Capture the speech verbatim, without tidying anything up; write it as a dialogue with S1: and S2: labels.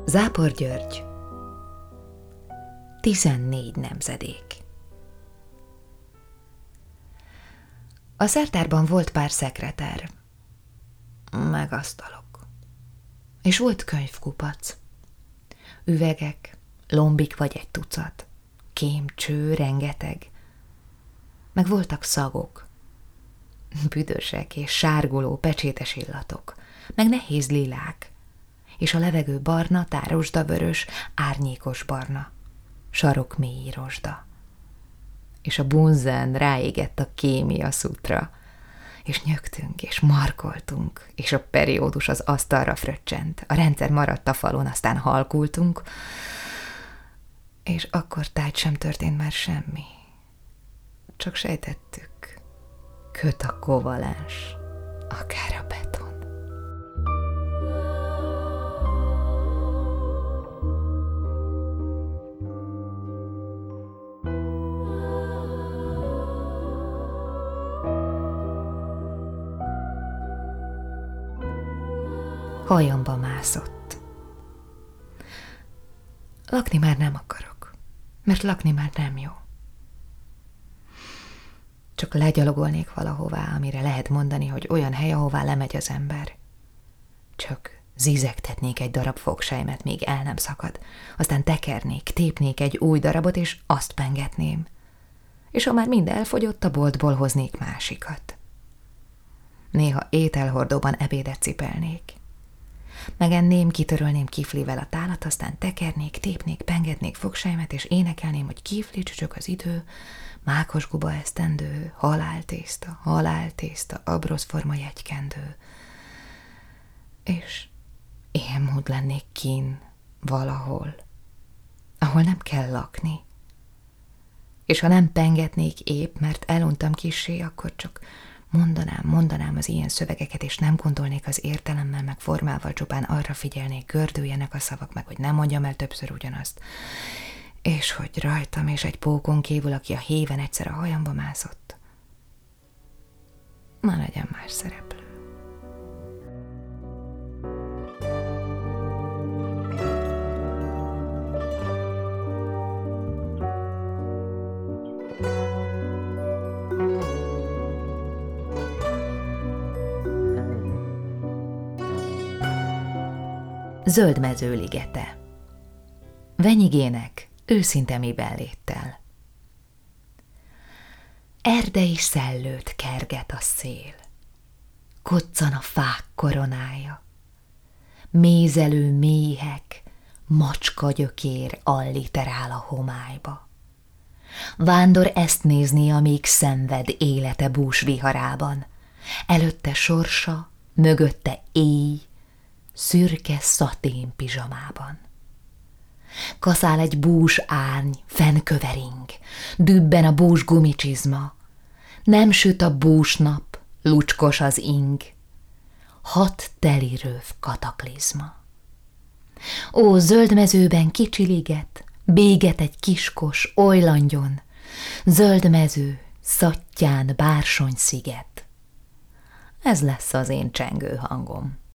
S1: Zápor György. Tizennégy nemzedék. A szertárban volt pár szekreter, meg asztalok, és volt könyvkupac, üvegek, lombik vagy egy tucat, kém, cső, rengeteg, meg voltak szagok, büdösek és sárguló, pecsétes illatok, meg nehéz lilák, és a levegő barna, tárosdavörös, árnyékos barna, sarokmély rozsda. És a bunzen ráégett a kémia szutra, és nyögtünk, és markoltunk, és a periódus az asztalra fröccsent, a rendszer maradt a falon, aztán halkultunk, és akkor tájt sem történt már semmi. Csak sejtettük, köt a kovalens, akár a beton. Hajamba mászott. Lakni már nem akarok, mert lakni már nem jó. Csak legyalogolnék valahová, amire lehet mondani, hogy olyan hely, ahová lemegy az ember. Csak zizegtetnék egy darab fogsejmet, míg el nem szakad, aztán tekernék, tépnék egy új darabot, és azt pengetném. És ha már mind elfogyott, a boltból hoznék másikat. Néha ételhordóban ebédet cipelnék. Megenném, kitörölném kiflivel a tálat, aztán tekernék, tépnék, pengetnék fogsejmet, és énekelném, hogy kifli, csücsök az idő, mákos guba esztendő, haláltészta, haláltészta, abroszforma jegykendő. És ilyen mód lennék kín valahol, ahol nem kell lakni. És ha nem pengetnék épp, mert eluntam kissé, akkor csak mondanám, mondanám az ilyen szövegeket, és nem gondolnék az értelemmel, meg formával, csupán arra figyelnék, gördüljenek a szavak, meg hogy nem mondjam el többször ugyanazt. És hogy rajtam és egy pókon kívül, aki a héven egyszer a hajamba mászott, na legyen más szereplő. Zöldmező ligete. Venyigének őszinte miben léttel. Erdei szellőt kerget a szél, koccan a fák koronája, mézelő méhek, macska gyökér alliterál a homályba. Vándor ezt nézni, amíg szenved élete bús viharában, előtte sorsa, mögötte éj, szürke szatén pizsamában. Kaszál egy bús árny, fennkövering, dübben a bús gumicsizma, nem süt a bús nap, lucskos az ing, hat teli röv kataklizma. Ó, zöld mezőben kicsi liget, béget egy kiskos, ojlandjon, zöld mező, szattyán bársony sziget. Ez lesz az én csengő hangom.